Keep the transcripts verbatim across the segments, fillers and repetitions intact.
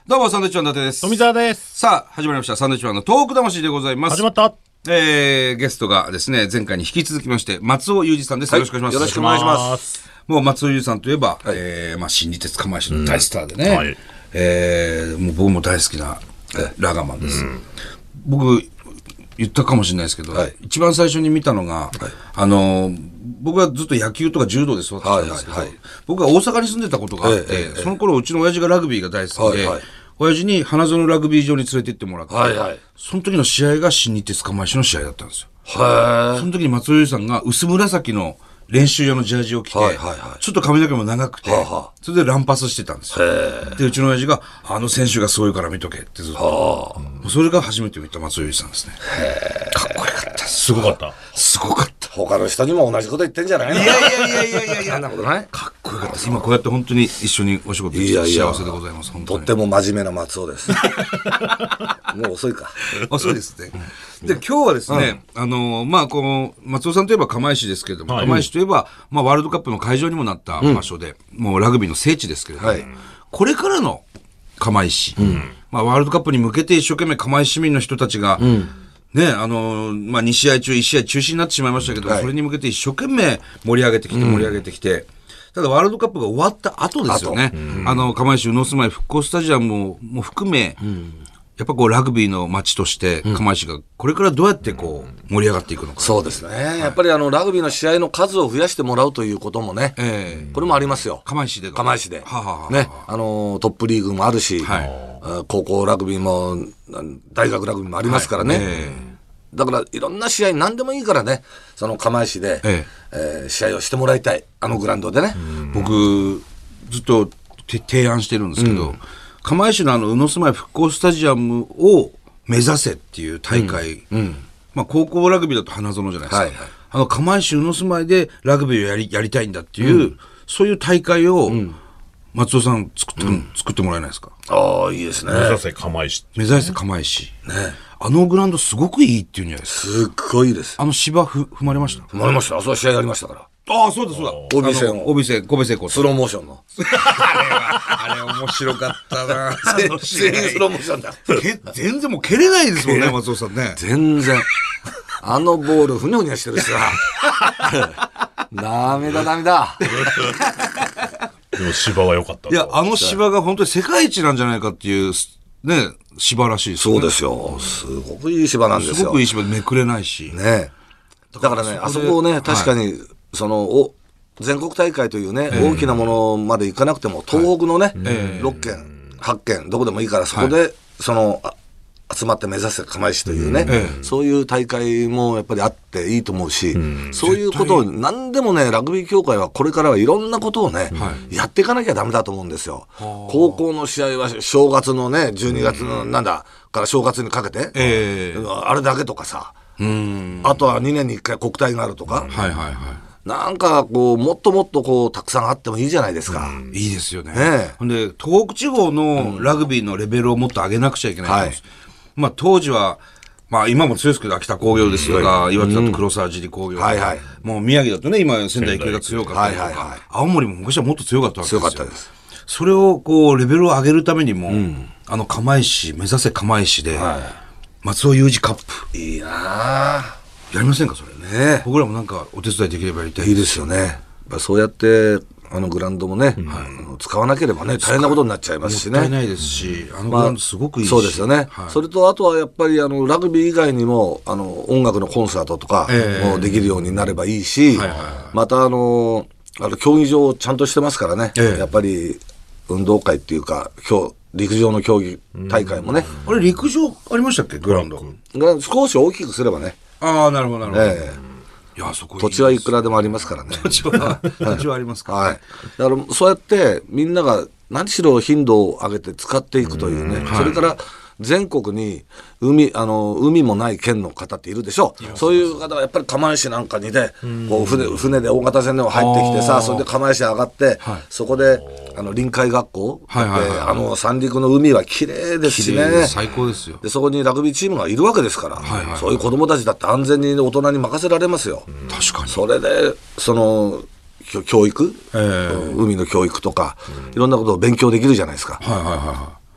どうもサンドウィッチマン伊達です。 富澤です。 さあ始まりましたサンドウィッチマンのトーク魂でございます。 始まった。 えー、ゲストがですね前回に引き続きまして松尾裕二さんです、はい、よろしくお願いします。 よろしくお願いします。 もう松尾裕二さんといえば、はい、えーまあ、新日鉄釜石の大スターでね、うんはい、えー、もう僕も大好きなラガーマンです、うん、僕言ったかもしれないですけど、はい、一番最初に見たのが、はい、あの僕はずっと野球とか柔道で育ってたんですけど、はいはいはい、僕が大阪に住んでたことがあって、ええ、その頃うちの親父がラグビーが大好きで、はいはい、親父に花園ラグビー場に連れて行ってもらって、はいはい、その時の試合が新日鉄釜石の試合だったんですよ。その時に松尾裕二さんが薄紫の練習用のジャージを着て、はいはいはい、ちょっと髪の毛も長くて、はあはあ、それで乱発してたんですよ。でうちの親父があの選手がすごいから見とけってずっと、はあ、それが初めて見た松尾裕二さんですね。かっこよかった。 すごかった。 すごかった。 他の人にも同じこと言ってんじゃないの？ いやいやいやいやいやいやそんなことない。 かっこよかったです。今こうやって本当に一緒にお仕事できて幸せでございます。本当にとっても真面目な松尾です。もう遅いか。 遅いですね。で今日はですね、うん、あのまあこの松尾さんといえば釜石ですけれども、はい、釜石といえば、まあ、ワールドカップの会場にもなった場所で、うん、もうラグビーの聖地ですけれども、はい、これからの釜石、うんまあ、ワールドカップに向けて一生懸命釜石市民の人たちが、うんね、あのー、まあ、に試合中いち試合中止になってしまいましたけど、はい、それに向けて一生懸命盛り上げてきて盛り上げてきて、うん、ただワールドカップが終わった後ですよね。あの、釜石宇野住まい復興スタジアムも、も含め、うん、やっぱこうラグビーの街として釜石がこれからどうやってこう盛り上がっていくのか、うん、 そうですね、はい、やっぱりあのラグビーの試合の数を増やしてもらうということもね、えー、これもありますよ。 釜石で釜石で、 はははね、あのトップリーグもあるし、はい、高校ラグビーも大学ラグビーもありますからね、はいえーだからいろんな試合何でもいいからねその釜石で、えええー、試合をしてもらいたいあのグラウンドでね。 僕ずっと提案してるんですけど、うん、釜石のあの宇野住まい復興スタジアムを目指せっていう大会、うんうんまあ、高校ラグビーだと花園じゃないですか、はいはい、あの釜石宇野住まいでラグビーをやり、やりたいんだっていう、うん、そういう大会を、うん松尾さん作って、うん、作ってもらえないですか？ ああいいですね。 目指せ釜石、 目指せ釜石、ね、あのグラウンドすごくいいっていうんじゃないですか。 すっごいです。 あの芝ふ踏まれました？ 踏まれました。あそこ試合やりましたから。 ああそうだそうだ。 帯戦を帯戦神戸製鋼スローモーションのあれはあれ面白かったな。 全員スローモーションだ。 全然もう蹴れないですもんね松尾さんね。 全然あのボールふにゃふにゃしてるしさダメだダメだでも芝は良かった。 いやあの芝が本当に世界一なんじゃないかっていうね芝らしいですね。 そうですよ。すごくいい芝なんですよ。 すごくいい芝でめくれないしね。だからねあそこをね確かに、はい、そのお全国大会というね、えー、大きなものまで行かなくても東北のね、はい、ろっけんはっけんどこでもいいからそこで、はい、その集まって目指せ釜石というね、うん、そういう大会もやっぱりあっていいと思うし、うん、そういうことを何でもねラグビー協会はこれからはいろんなことをね、はい、やっていかなきゃダメだと思うんですよ。高校の試合は正月のねじゅうにがつのなんだから正月にかけて、えー、あれだけとかさ、うん、あとはにねんにいっかい国体があるとか、はいはいはいなんかこうもっともっとこうたくさんあってもいいじゃないですか、 うん、いいですよね。ねほんで東北地方のラグビーのレベルをもっと上げなくちゃいけないと思います、はいまあ、当時は、まあ、今も強いですけど秋田工業ですとか、うん、岩手だと黒沢尻工業とか、うんはいはい、もう宮城だとね今仙台育英が強かったりとか、はいはいはい、青森も昔はもっと強かったわけですよ。 強かったです。 それをこうレベルを上げるためにも、うん、あの釜石目指せ釜石で、はい、松尾裕二カップいいなやりませんかそれね。僕らもなんかお手伝いできればやりたい。 いいですよね。そうやってあのグラウンドもね、うん、あの使わなければね大変なことになっちゃいますしね。 もったいないですし、あのグラウンドすごくいいし、 まあ、そうですよね、はい、それとあとはやっぱりあのラグビー以外にもあの音楽のコンサートとかもできるようになればいいし、えーはいはいはい、またあのあの競技場ちゃんとしてますからね、えー、やっぱり運動会っていうか今日陸上の競技大会もね、 あれ陸上ありましたっけグラウンドが少し大きくすればね。 ああなるほどなるほど、えーいやそこいい土地はいくらでもありますからね。 土地は土地はありますか、 はい、だからそうやってみんなが何しろ頻度を上げて使っていくというね、うそれから全国に 海, あの海もない県の方っているでしょう。そういう方はやっぱり釜石なんかにで、こう 船, 船で大型船でも入ってきてさそれで釜石上がって、はい、そこであの臨海学校、はいはいはい、あの三陸の海は綺麗ですしね。 最高ですよ。 でそこにラグビーチームがいるわけですから、はいはいはい、そういう子どもたちだって安全に大人に任せられますよ。 確かに。 それでその教育、えー、海の教育とか、うん、いろんなことを勉強できるじゃないですか。 はいはいはいはい。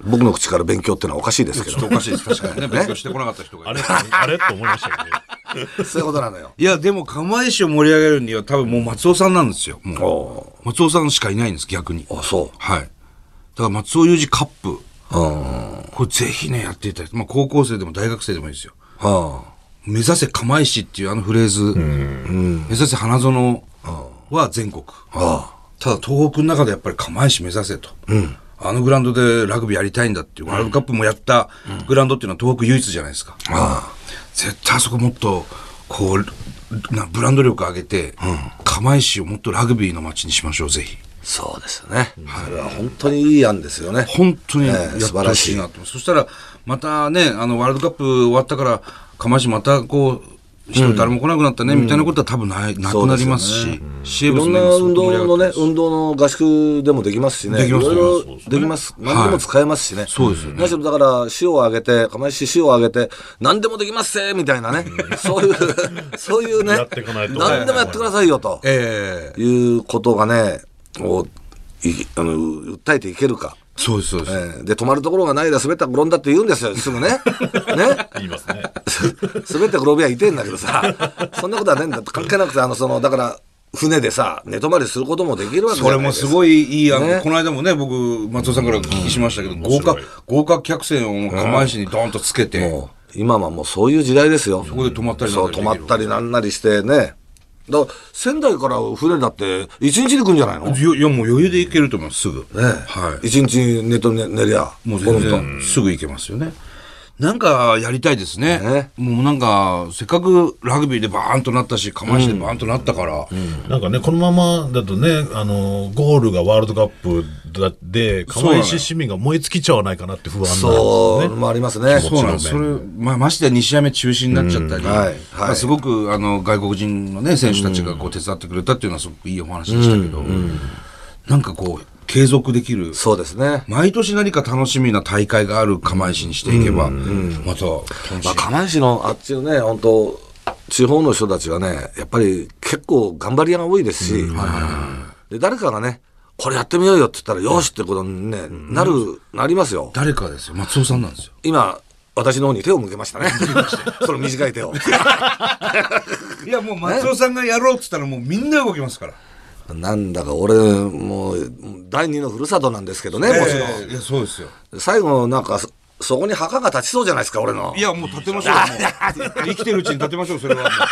僕の口から勉強っていうのはおかしいですけど。 ちょっとおかしいです。確かにね。勉強してこなかった人がいる。 あれあれと思いましたけどね。 そういうことなのよ。 いや、でも釜石を盛り上げるには多分もう松尾さんなんですよ。もおう松尾さんしかいないんです、逆に。 あ、そう。 はい。だから松尾裕二カップ。 うん。 これぜひね、やっていただいて。まあ高校生でも大学生でもいいですよ。 は目指せ釜石っていうあのフレーズ。目指せ花園は全国。 あ。あただ東北の中でやっぱり釜石目指せと。あのグラウンドでラグビーやりたいんだっていう、ワールドカップもやったグラウンドっていうのは東北唯一じゃないですか。絶対あそこもっと、こう、なブランド力上げて、釜石をもっとラグビーの街にしましょう、ぜひ。 そうですね。それは本当にいい案ですよね。 本当にやええってほしいなと思う。そしたら、またね、あの、ワールドカップ終わったから、釜石またこう、人誰も来なくなったね、みたいなことは多分ない、なくなりますし、シいろんな運動のね、 運運動の合宿でもできますしね。 できますいろいろできます。何でも使えますしね。 そうですよね。 むしろだから、塩をあげて、釜石塩をあげて、何でもできますせみたいなね。そういう、そういうね、 やっていかないと何でもやってくださいよと。 ええいうことがね、こういあの訴えていけるか。 そうです、そうです。 えーで、止まるところがないだ、滑ったら転んだって言うんですよ、すぐね。ね。 言いますね。 滑って転びは痛いんだけどさ、そんなことはねえんだって関係なくて、あの、その、だから、船でさ、寝泊まりすることもできるわけじそれゃないですか。 もすごいいい案、 ねこの間もね、僕、松尾さんからお聞きしましたけど、豪華、豪華客船を釜石にドーンとつけて、 もう今はもうそういう時代ですよ。 そこで泊まったりなんそう、 かできる泊まったりなんなりしてね。だから仙台から船だって一日で来るんじゃないの？ねいや、いやもう余裕で行けると思います、すぐ。はい。 一日寝と寝寝りゃ。 もう全然すぐ行けますよね。なんかやりたいですね。 ねもうなんか、せっかくラグビーでバーンとなったし、釜石でバーンとなったから、 なんかね、このままだとね、あの、ゴールがワールドカップだで、釜石市民が燃え尽きちゃわないかなって不安なんですそう、 よね。 もありますね。 そうなんです。それ、まあ、ましてやに試合目中止になっちゃったり、 はいはいまあ、すごく、あの、外国人のね、選手たちがこう手伝ってくれたっていうのはすごくいいお話でしたけど、なんかこう、継続できる。 そうですね。 毎年何か楽しみな大会がある釜石にしていけば、また楽しい。 まあ、釜石のあっちのね、本当地方の人たちはね、やっぱり結構頑張り屋が多いですし、で誰かがね、これやってみようよって言ったら、よしってことにね、なる、なりますよ。 誰かですよ。松尾さんなんですよ。 今、私の方に手を向けましたね。その短い手を。 いや、もう松尾さんがやろうって言ったらもうみんな動きますから。 なんだか俺、もう、第二のふるさとなんですけどね、もちろん。 ええいや、そうですよ。 最後、なんか、そそこに墓が立ちそうじゃないですか、俺の。 いや、もう建てましょうよ。もう生きてるうちに建てましょう、それはもう。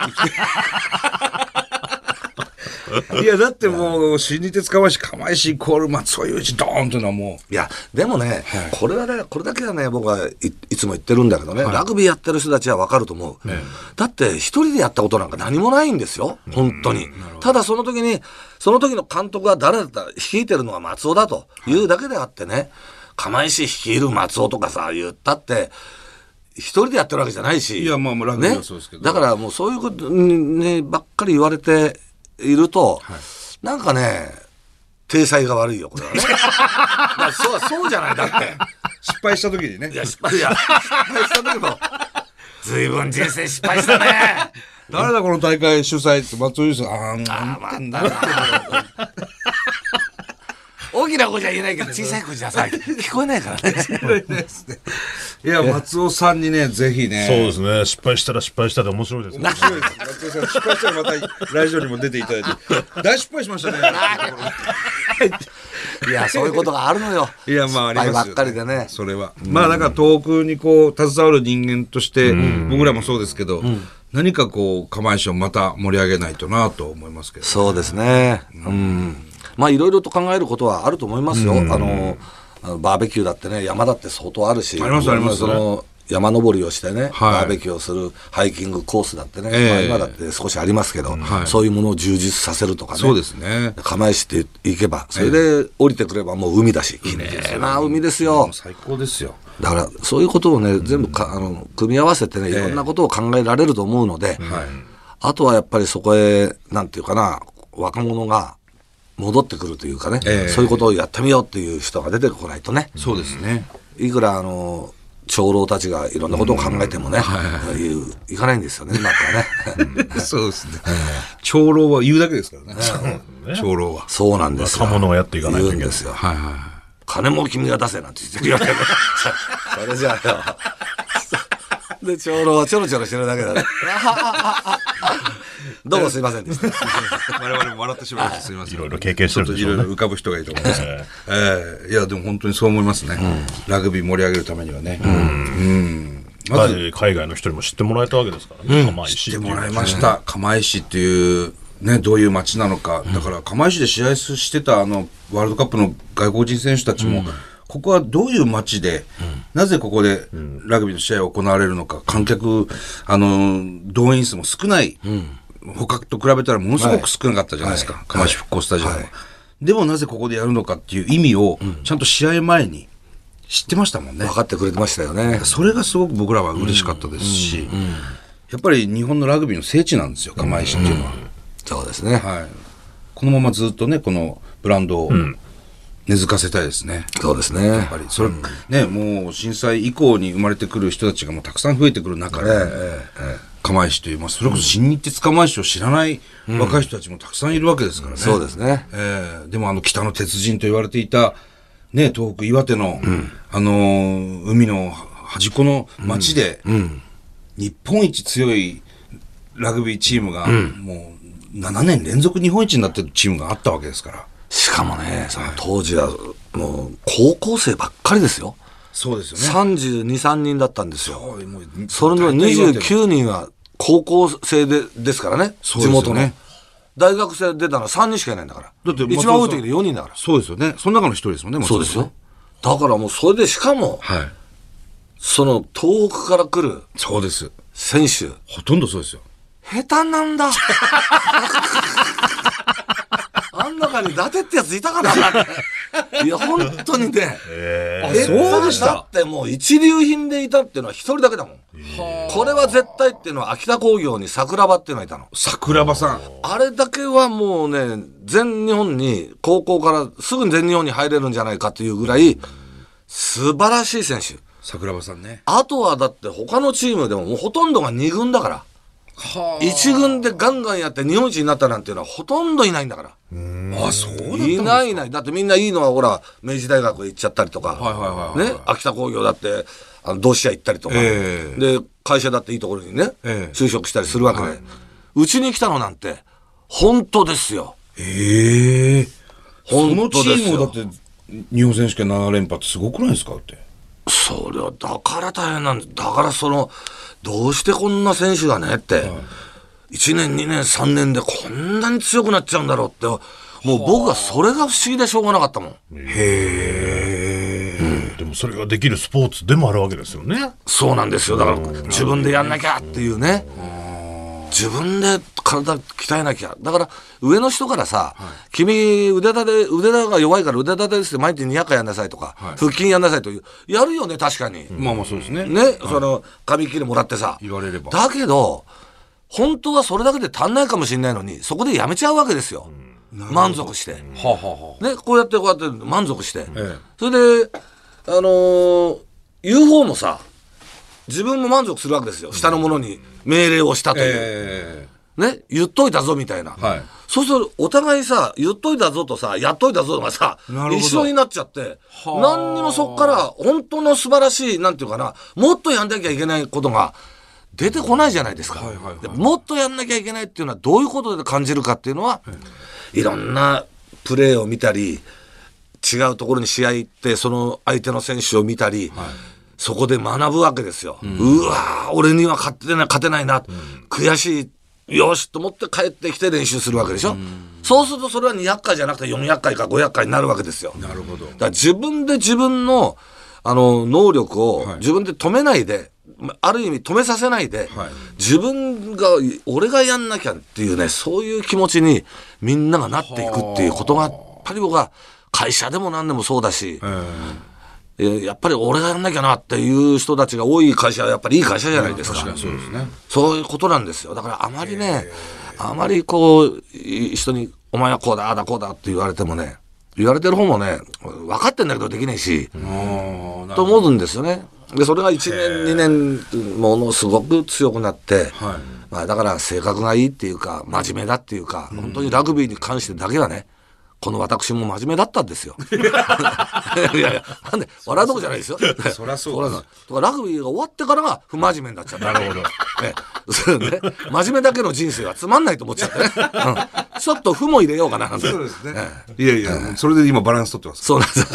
いや、だってもう、新日鉄釜石、釜石イコール松尾裕二ドーンというのはもいや、でもね、 はいこれはね、これだけはね、僕はい、いつも言ってるんだけどね、ラグビーやってる人たちは分かると思う。だって、一人でやったことなんか何もないんですよ、本当に。ただ、その時に、その時の監督が誰だったら、率いてるのが松尾だというだけであってね、釜石率いる松尾とかさ、言ったって、一人でやってるわけじゃないし。 いやまあまあラグビーはそうですけどね、だからもうそういうことに、ね、ばっかり言われていると、なんかね、体裁が悪いよ、これはね。だからそうそうじゃない、だって。 失敗した時にねい。や、失敗、いや、失敗した時も、ずいぶん人生失敗したね。 誰だこの大会主催って松尾裕二さん、あー、なんまあてんだな。 大きな声じゃ言えないけど、小さい声じゃさ、聞こえないからね。 いや、松尾さんにね、ぜひね。 そうですね。失敗したら失敗したで面白いですね。 面白いです。松尾さん、失敗したらまたラジオにも出ていただいて。大失敗しましたね。 いや、そういうことがあるのよ。 いや、まあ、ありますよ、ね。 失敗ばっかりでね。 それは。まあ、だから遠くにこう、携わる人間として、僕らもそうですけど、何かこう、釜石をまた盛り上げないとなと思いますけど。 そうですね。うん。まあ、いろいろと考えることはあると思いますよ。あの、あのバーベキューだってね、山だって相当あるし。 ありますありますその山登りをしてね、 はいバーベキューをするハイキングコースだってね、 ええまあ、今だって少しありますけど、 はいそういうものを充実させるとかね。 そうですね。 釜石って行けば、それで降りてくればもう海だし、綺麗な海ですよ。 もう最高ですよ。 だからそういうことをね、全部かあの組み合わせてね、いろんなことを考えられると思うので、あとはやっぱりそこへ、なんていうかな、若者が戻ってくるというかね、 ええそういうことをやってみようっていう人が出てこないとね、 そうですね。 いくらあの長老たちがいろんなことを考えてもね、い, いかないんですよね、今からね。 そうですね。長老は言うだけですからね。長老は。 そうなんですよ。 若者がやっていかないといけない。 言うんですよ。 はいはいはい。 金も君が出せなんて言ってるよそれじゃあよで長老はちょろちょろしてるだけだねどうもすいませんでした我々も笑ってしまいましたすいませんいろいろ経験してるんでしょうね。 ちょっといろいろ浮かぶ人がいると思いますえー、いやでも本当にそう思いますね、うん、ラグビー盛り上げるためにはね、うんうんまず海外の人にも知ってもらえたわけですからね、 うん、 釜石知ってもらいました、釜石っていうね、どういう街なのか、だから釜石で試合してたあのワールドカップの外国人選手たちも、うん、ここはどういう街で、うん、なぜここでラグビーの試合が行われるのか、観客あの動員数も少ない、うん、他と比べたらものすごく少なかったじゃないですか、はい、釜石復興スタジアムは、はいはい、でもなぜここでやるのかっていう意味を、ちゃんと試合前に知ってましたもんね。 分かってくれてましたよね。 それがすごく僕らは嬉しかったですし、うんうんうん、やっぱり日本のラグビーの聖地なんですよ、釜石っていうのは、うんうん、 そうですね、 はい、このままずっとねこのブランドを根付かせたいですね、 うん、そうですね。 やっぱりそれ、うん、ねもう震災以降に生まれてくる人たちがもうたくさん増えてくる中で、えーえー、釜石という、まあ、それこそ新日鉄釜石を知らない若い人たちもたくさんいるわけですからね、うん、 そうですね、 えー、でもあの北の鉄人と言われていたね、東北岩手の、うん、あのー、海の端っこの町で、うんうん、日本一強いラグビーチームが、うん、もうななねん連続日本一になってるチームがあったわけですから。 しかもね、その当時はもう高校生ばっかりですよ。 そうですよね。 さんじゅうに、さんにんだったんですよ。そうもうそれのにじゅうきゅうにんは高校生でですからね、地元の。大学生出たのはさんにんしかいないんだから。だって一番多い時でよにんだから。 そうですよね。その中の一人ですもんね。 そうですよ。だからもうそれでしかも、はい、その東北から来るそうです選手ほとんどそうですよ。 下手なんだあん中に伊達ってやついたかないや本当にね、 えー、そうでした。 だってもう一流品でいたっていうのは一人だけだもん。これは絶対っていうのは秋田工業に桜庭っていうのがいたの。 桜庭さんあれだけはもうね全日本に高校からすぐに全日本に入れるんじゃないかというぐらい素晴らしい選手。 桜庭さんね。 あとはだって他のチームでももうほとんどがに軍だからいち軍でガンガンやって日本一になったなんていうのはほとんどいないんだから。 あ、そうだったんですか。 いないいない。だってみんないいのはほら明治大学行っちゃったりとか、はいはいはいはい、ね、秋田工業だってあの同志社行ったりとか、えー、で会社だっていいところにね、えー、就職したりするわけで、うち、はい、に来たのなんて本当ですよ。 ええー、本当ですよ。そのチームだって日本選手権なな連覇ってすごくないですかって。 それはだから大変なんです。だからそのどうしてこんな選手がねって、はい、いちねんにねんさんねんでこんなに強くなっちゃうんだろうって、もう僕はそれが不思議でしょうがなかったもん。へえ、うん、でもそれができるスポーツでもあるわけですよね。 そうなんですよ。だから自分でやんなきゃっていうね、自分で体鍛えなきゃ。だから上の人からさ、はい、君腕立て腕立てが弱いから腕立てですって毎日にひゃっかいやんなさいとか、はい、腹筋やんなさいというやるよね確かに、 うん、まあまあそうですね。 ね、はい、その紙切れもらってさ言われれば。 だけど本当はそれだけで足んないかもしれないのにそこでやめちゃうわけですよ、うん、満足して、うんはあはあね、こうやってこうやって満足して、うん、それであのー、言う方もさ自分も満足するわけですよ、うん、下の者に命令をしたという、えーね、言っといたぞみたいな、はい、そうするとお互いさ言っといたぞとさやっといたぞがさ一緒になっちゃって何にもそっから本当の素晴らしいなんていうかなもっとやんなきゃいけないことが出てこないじゃないですか、はいはいはい、でもっとやんなきゃいけないっていうのはどういうことで感じるかっていうのは、はい、いろんなプレーを見たり違うところに試合行ってその相手の選手を見たり、はい、そこで学ぶわけですよ、うん、うわー俺には勝てない勝てないな、うん、悔しいよしと思って帰ってきて練習するわけでしょ、うん、そうするとそれはにひゃっかいじゃなくてよんひゃっかいかごひゃっかいになるわけですよ。 なるほど。 だから自分で自分の、あの能力を自分で止めないで、はい、ある意味止めさせないで、はい、自分が俺がやんなきゃっていうねそういう気持ちにみんながなっていくっていうことがやっぱり僕は会社でも何でもそうだし、やっぱり俺がやんなきゃなっていう人たちが多い会社はやっぱりいい会社じゃないですか。 確かにそうですね。 そういうことなんですよ。だからあまりねあまりこう人にお前はこうだああだこうだって言われてもね言われてる方もね分かってんだけどできないしと思うんですよね。でそれがいちねんにねんものすごく強くなって、はいまあ、だから性格がいいっていうか真面目だっていうか、うん、本当にラグビーに関してだけはねこの私も真面目だったんですよ。いやいや、なんで、笑うとこじゃないですよ。 そりゃそうだ。 とかラグビーが終わってからが不真面目になっちゃった。なるほど。ね、そうね、真面目だけの人生はつまんないと思っちゃってね。うん、ちょっと負も入れようかななんて。 そうですね。いやいや、それで今バランス取ってます。 そうなんです。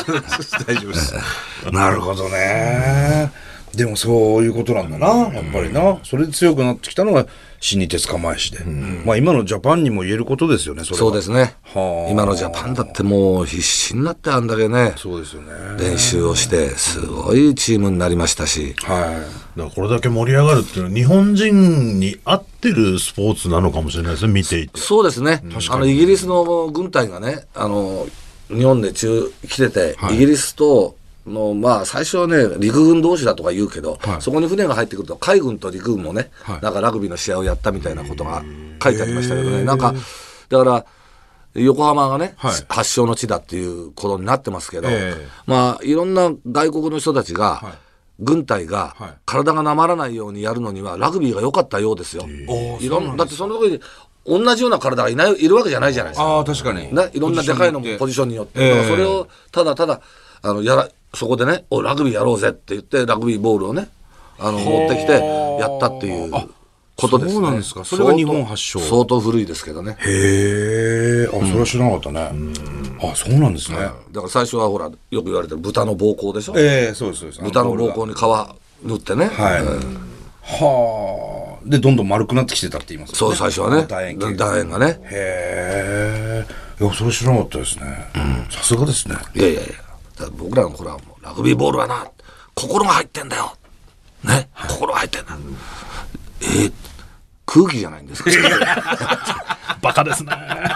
大丈夫です。なるほどね。でもそういうことなんだな、やっぱりな。それで強くなってきたのが新日鉄釜石で、うん、まあ今のジャパンにも言えることですよね。それはそうですね。今のジャパンだってもう必死になってあんだけね、 そうですよね、 練習をしてすごいチームになりましたし、 はい、だからこれだけ盛り上がるっていうのは日本人に合ってるスポーツなのかもしれないですね、見ていて。 そうですね、うん、あのイギリスの軍隊がね、あの日本で中来てて、はい、イギリスとのまあ、最初はね陸軍同士だとか言うけど、はい、そこに船が入ってくると海軍と陸軍もね、はい、なんかラグビーの試合をやったみたいなことが書いてありましたけどね、なんかだから横浜がね、はい、発祥の地だっていうことになってますけど、まあいろんな外国の人たちが、はい、軍隊が体がなまらないようにやるのにはラグビーが良かったようですよ。いろんだってその時に同じような体がいないいるわけじゃないじゃないですか。 あ、確かに、 ね、いろんなでかいのもポジションによって、だからそれをただただあのやらそこでね、おラグビーやろうぜって言ってラグビーボールをね、あの持ってきてやったっていうことですね。 そうなんですか。それが日本発祥。 相当古いですけどね。 へえ、あ、それは知らなかったね。うん、あ、そうなんですね。だから最初はほらよく言われてる豚の膀胱でしょ。 ええ、そうですそうです。 豚の膀胱に皮塗ってね。 はい。うん、はあ。でどんどん丸くなってきてたって言いますね。 そう、最初はね。楕円楕円がね。 へえ。いや、それ知らなかったですね。さすがですね。 いやいやいや。僕らの頃はもうラグビーボールはな、心が入ってんだよ、ね、はい、心が入ってんだ、えー、空気じゃないんですか。 バカですね。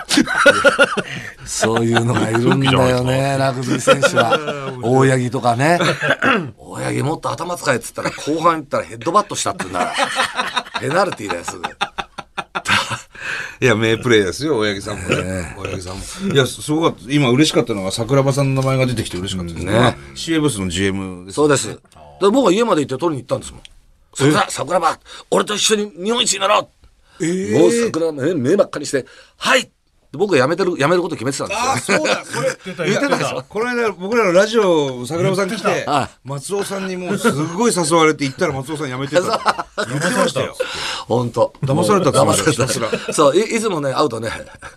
そういうのがいるんだよね、ラグビー選手は。大八木とかね。大八木もっと頭使えっつったら後半いったらヘッドバットしたって言うんだ。ペナルティーだよすぐ。 いや、名プレーですよ、大八木さんもね。大八木さんも。いや、すごかった。今嬉しかったのが、桜庭さんの名前が出てきて嬉しかったですね。ね、シーエー ブスの ジーエム です。 そうです。で僕は家まで行って取りに行ったんですもん。桜、桜庭、俺と一緒に日本一になろう。えー、もう桜庭、目ばっかりして、はい僕が辞めてる、辞めること決めてたんですよ。 あ、そうだ、それ言ってたでしょ。この間僕らのラジオ桜庭さん来て、松尾さんにもうすごい誘われて行ったら松尾さん辞めてた。 言ってましたよ。本当。 騙された。 騙された。そう、いいつもね会うとね、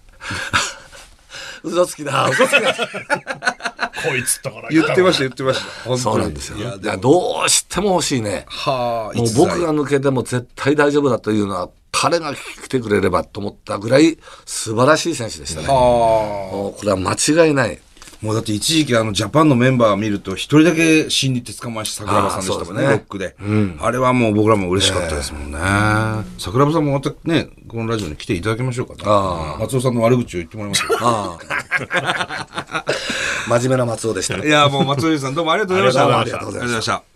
嘘つきだ、嘘つきだ。 こいつとから言ってました言ってました。 そうなんですよ。いやどうしても欲しいね。はあ。もう僕が抜けても絶対大丈夫だというのは。彼が来てくれればと思ったぐらい素晴らしい選手でしたね。これは間違いない。 もうだって一時期あのジャパンのメンバーを見ると一人だけ新日鉄釜石桜庭さんでしたもんね、ロックで、うん、あれはもう僕らも嬉しかったですもんね、えー、桜庭さんもまたねこのラジオに来ていただきましょうかね。あ松尾さんの悪口を言ってもらいましょう。あ真面目な松尾でした。 いやもう松尾さんどうもありがとうございました。 ありがとうございました。